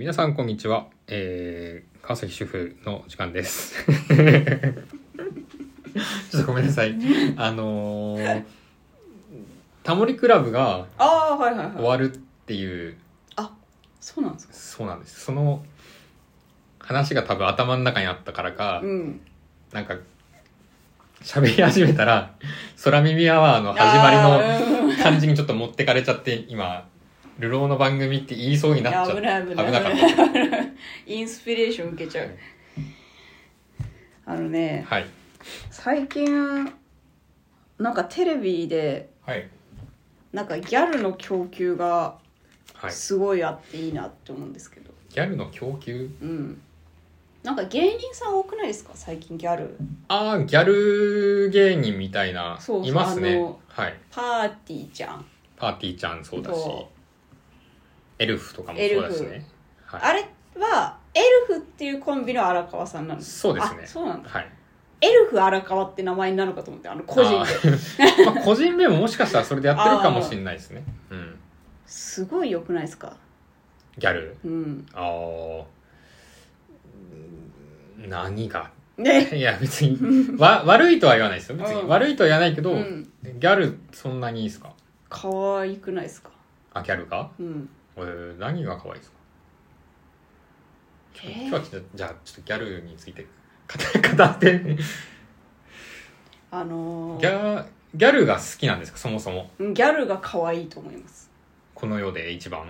皆さんこんにちは、川崎主婦の時間ですちょっとごめんなさいタモリクラブが終わるっていう、 そうなんですか。 そうなんです。その話が多分頭の中にあったからか、なんか喋り始めたら空耳アワーの始まりの感じにちょっと持ってかれちゃって今流浪の番組って言いそうになっちゃって、危なかったインスピレーション受けちゃう。 はい、 最近なんかテレビで、なんかギャルの供給がすごいあっていいなって思うんですけど、 ギャルの供給？ なんか芸人さん多くないですか最近ギャル。 ギャル芸人みたいな、いますね。 パーティーちゃんそうだし、エルフとかもそうだしね。 あれはエルフっていうコンビの荒川さんなんです。 そうですね。 そうなんだ。エルフ荒川って名前なのかと思って、個人で個人名ももしかしたらそれでやってるかもしれないですね。 すごい良くないですかギャル。何がいや別に悪いとは言わないですよ。別に悪いとは言わないけど、ギャルそんなにいいですか？ 可愛くないですか？ ギャルが？何が可愛いですか？今日はじゃあちょっとギャルについて語ってギャルが好きなんですか？そもそもギャルが可愛いと思います。 この世で一番？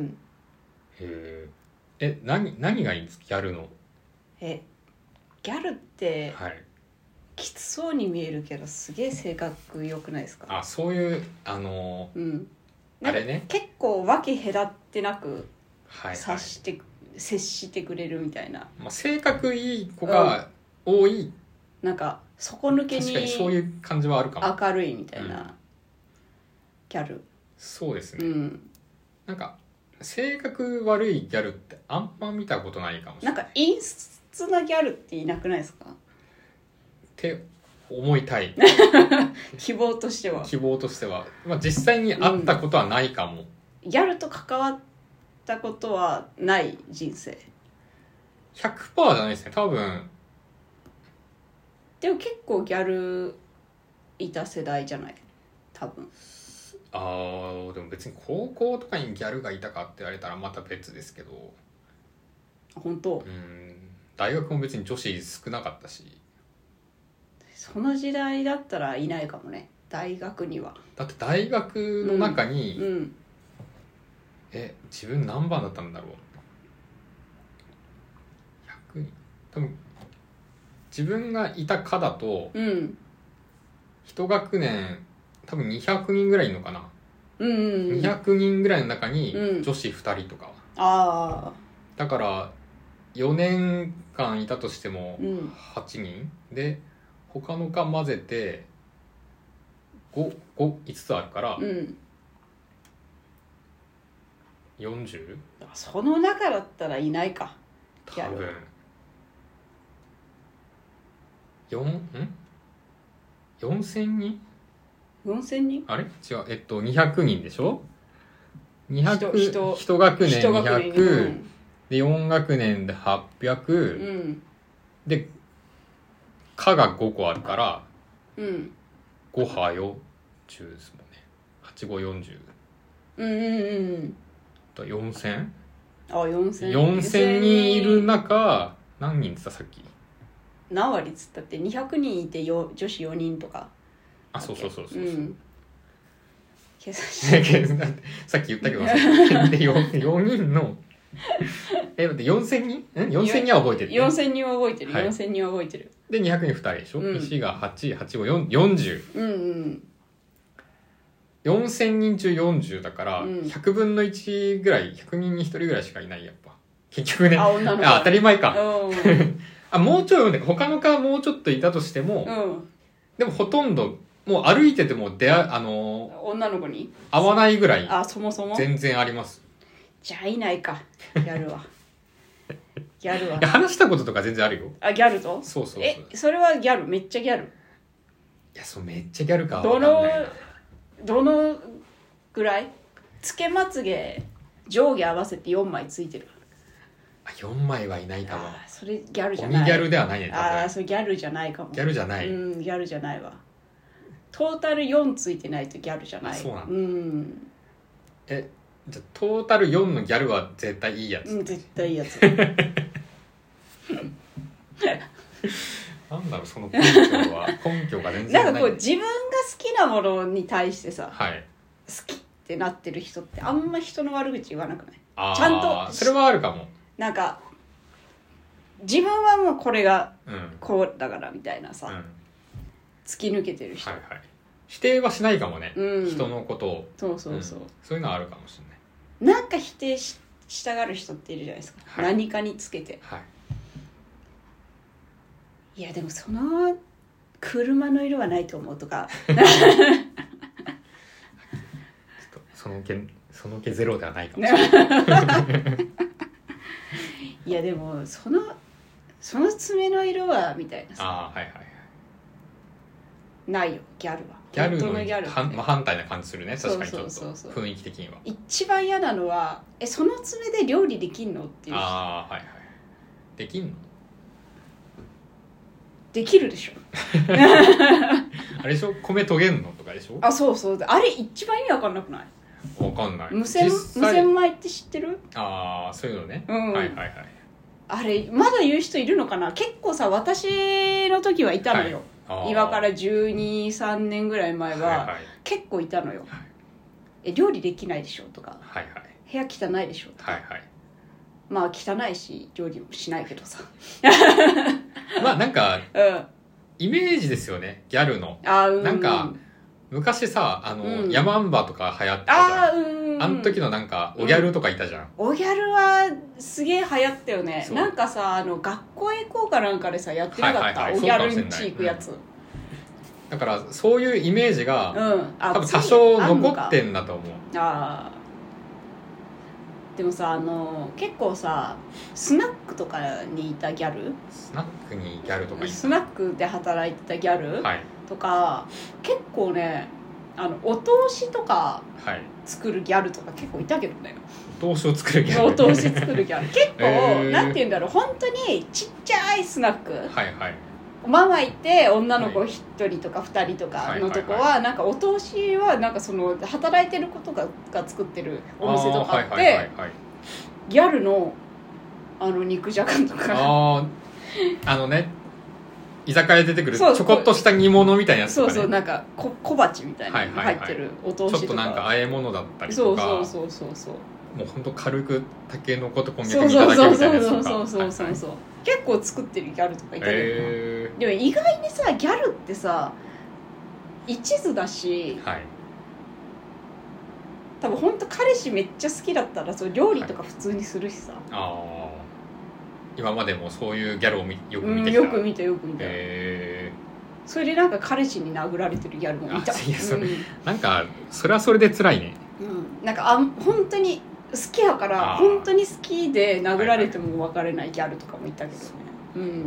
何がいいんですかギャルの？ ギャルってきつそうに見えるけどすげえ性格良くないですか？ そういうあれね、 結構分け隔ってなく接してくれるみたいな、 性格いい子が多い、 なんか底抜けに確かにそういう感じはあるかも。 明るいみたいな、ギャル。 そうですね、なんか性格悪いギャルってあんま見たことないかもしれない。 なんか陰湿なギャルっていなくないですかって思いたい希望としては、 実際に会ったことはないかも、 ギャルと関わったことはない人生 100% じゃないですね多分。 でも結構ギャルいた世代じゃない多分。 でも別に高校とかにギャルがいたかって言われたらまた別ですけど。 本当？ 大学も別に女子少なかったし。 その時代だったらいないかもね大学には。 だって大学の中に、自分何番だったんだろう。100人多分自分がいた科だと、一学年多分200人ぐらいいるのかな、200人ぐらいの中に女子2人とかは、だから4年間いたとしても8人、で他の科混ぜて5つあるから、40？ その中だったらいないか多分。4000人 4000人あれ違う200人でしょ。1学年200、で4学年で800、で科が5個あるから、5波40ですもんね。8540、4000？ 4000人いる中何人って言ったさっき？ 何割っつったって200人いて女子4人とか。 そう計算してさっき言ったけどで4人の待って4000人？4000人は覚えてる、ね、 4000人は覚えてる、4000人は覚えてる。 で200人2人でしょ、石が8、85、40、4000人中40だから、100分の1ぐらい、100人に1人ぐらいしかいない。やっぱ結局ね、当たり前かもうちょい他の科もうちょっといたとしても、でもほとんどもう歩いてても女の子に会わないぐらいそもそも全然あります。 じゃあいないかギャルは話したこととか全然あるよ。 ギャルと？ そうそれはギャル？めっちゃギャル？ いやめっちゃギャルか分かんないな。 どのぐらい？つけまつげ上下合わせて4枚ついてる？ 4枚はいないかも。 それギャルじゃない。 鬼ギャルではないね。 それギャルじゃないかも。 ギャルじゃない。 ギャルじゃないわ。トータル4ついてないとギャルじゃない。 そうなんだ。じゃあトータル4のギャルは絶対いいやつ。 絶対いいやつ。 なんだろう、その根拠が全然ない。 なんかこう自分が好きなものに対してさ、 はい、 好きってなってる人ってあんま人の悪口言わなくない？ ちゃんとそれはあるかも。 なんか自分はもうこれがこうだからみたいなさ、突き抜けてる人、 否定はしないかもね、人のことを。 そう、 そういうのはあるかもしれない。 なんか否定したがる人っているじゃないですか、何かにつけて。いやでもその車の色はないと思うとかその気ゼロではないかもしれないいやでもその爪の色はみたいなさ、ないよギャルは。 ギャルのギャル反対な感じするね。確かにちょっと雰囲気的には。 一番嫌なのはその爪で料理できんのっていう人。 できんの？ できるでしょあれでしょ、米研げんのとかでしょ。 そうあれ一番意味わかんなくない？ わかんない。 無洗米って知ってる？ そういうのね。 あれまだ言う人いるのかな。結構さ、私の時はいたのよ、今から12、3年ぐらい前は、結構いたのよ、料理できないでしょとか、部屋汚いでしょとか、まあ汚いし料理もしないけどさまあなんか、イメージですよね、ギャルの。なんか昔さ、ヤマンバとか流行ってたじゃん。あの時のなんかおギャルとかいたじゃん。 おギャルはすげえ流行ったよね。なんかさ、学校へ行こうかなんかでさやってなかった、おギャルんち行くやつ。 だからそういうイメージが、多分多少残ってんだと思う。 でもさ、結構さ、スナックとかにいたギャル、 スナックにギャルとかいた、 スナックで働いてたギャルとか、結構ね、お通しとか作るギャルとか結構いたけどね。 お通しを作るギャル、 お通し作るギャル結構、なんて言うんだろう、本当にちっちゃいスナック、ママいて女の子1人とか2人とかのとこは、なんかお通しはなんかその働いてる子とかが作ってるお店とかあって、ギャルの肉じゃがとか、 居酒屋で出てくるちょこっとした煮物みたいなやつとか、 なんか小鉢みたいなのが入ってるお通しとか、 ちょっとなんか和え物だったりとか、もうほんと軽くタケノコとこんにゃく煮ただけみたいなやつとか、 結構作ってるギャルとかいたけど、でも意外にさ、ギャルってさ一途だし、多分ほんと彼氏めっちゃ好きだったらそう料理とか普通にするしさ、 今までもそういうギャルをよく見てきた。 よく見たそれでなんか彼氏に殴られてるギャルもいた。 なんかそれはそれで辛いね。 なんか本当に好きやから本当に好きで殴られても別れないギャルとかもいたけどね。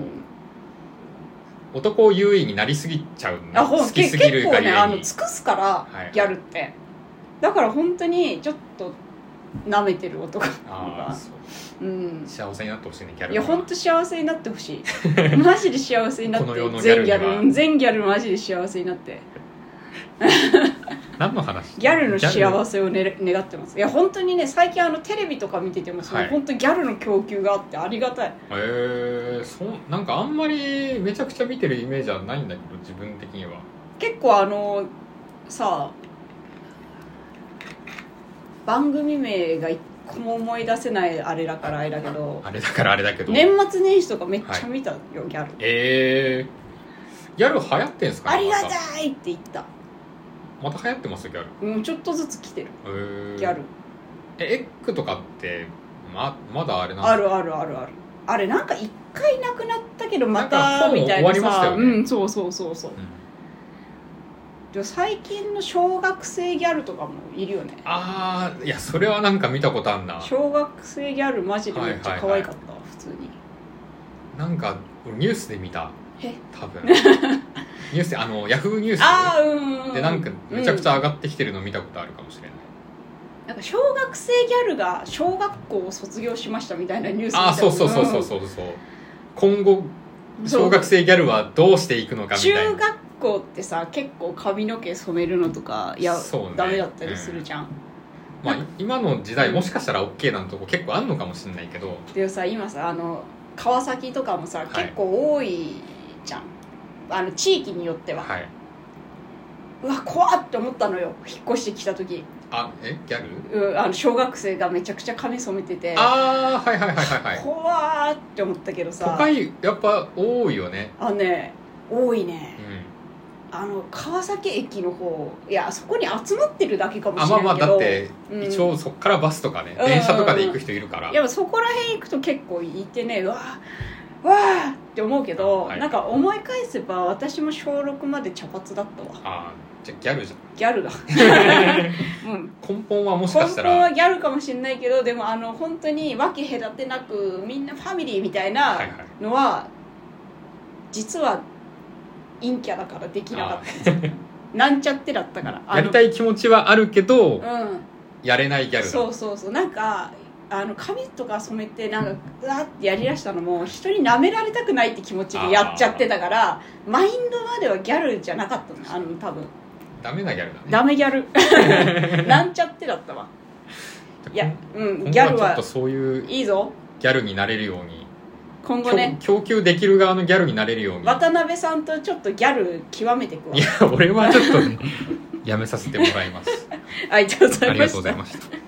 男優位になりすぎちゃうの、好きすぎるがゆえに。 結構ね、尽くすからギャルって、だから本当にちょっと舐めてる男が幸せになってほしいね、ギャル。 いや本当幸せになってほしいマジで幸せになって、全ギャルマジで幸せになって何の話？ ギャルの幸せを、願ってます。いや本当にね、最近テレビとか見てても本当にギャルの供給があってありがたい。 なんかあんまりめちゃくちゃ見てるイメージはないんだけど、自分的には。 結構さ、番組名が一個も思い出せないあれだからあれだけど、年末年始とかめっちゃ見たよ、ギャル。 ギャル流行ってんすか？ ありがたいって言った。 また流行ってますよ、ギャル。 ちょっとずつ来てる、ギャル。 エッグとかってまだあれなんですか？ あるあれなんか一回なくなったけどまたみたいなさ、 終わりましたよね。 そう、でも最近の小学生ギャルとかもいるよね。 いやそれはなんか見たことあんな。 小学生ギャルマジでめっちゃ可愛かった、普通に。なんかニュースで見た、多分ニュースでヤフーニュースでなんかめちゃくちゃ上がってきてるの見たことあるかもしれない。 なんか小学生ギャルが小学校を卒業しましたみたいなニュースみたいな。 そう今後小学生ギャルはどうしていくのかみたいな。 中学校ってさ結構髪の毛染めるのとかダメだったりするじゃん、 まあ、今の時代もしかしたら OK なとこ結構あんのかもしれないけど、 でもさ今さ川崎とかもさ、結構多いじゃん、地域によっては、うわ怖って思ったのよ、引っ越してきた時。 ギャル？ 小学生がめちゃくちゃ髪染めてて、怖って思ったけどさ、 都会やっぱ多いよね。 多いね、川崎駅の方、いやそこに集まってるだけかもしれないけど、 だって一応そっからバスとかね、電車とかで行く人いるから、 いやそこら辺行くと結構いてね、わーって思うけど、なんか思い返せば私も小6まで茶髪だったわ。 じゃあギャルじゃん。 ギャルだ根本はもしかしたら根本はギャルかもしれないけど、でも本当に分け隔てなくみんなファミリーみたいなのは、実は陰キャだからできなかったなんちゃってだったから、 やりたい気持ちはあるけど、やれないギャルだ。 そうなんか髪とか染めてなんかうわってやりだしたのも人に舐められたくないって気持ちでやっちゃってたから、マインドまではギャルじゃなかったの、多分ダメなギャルだね。 ダメギャルなんちゃってだったわ。いやギャルはちょっとそういういいぞ、 ギャルになれるように今後ね、 供給できる側のギャルになれるように渡辺さんとちょっとギャル極めていくわ。 いや俺はちょっとねやめさせてもらいます。 ありがとうございました。 ありがとうございました。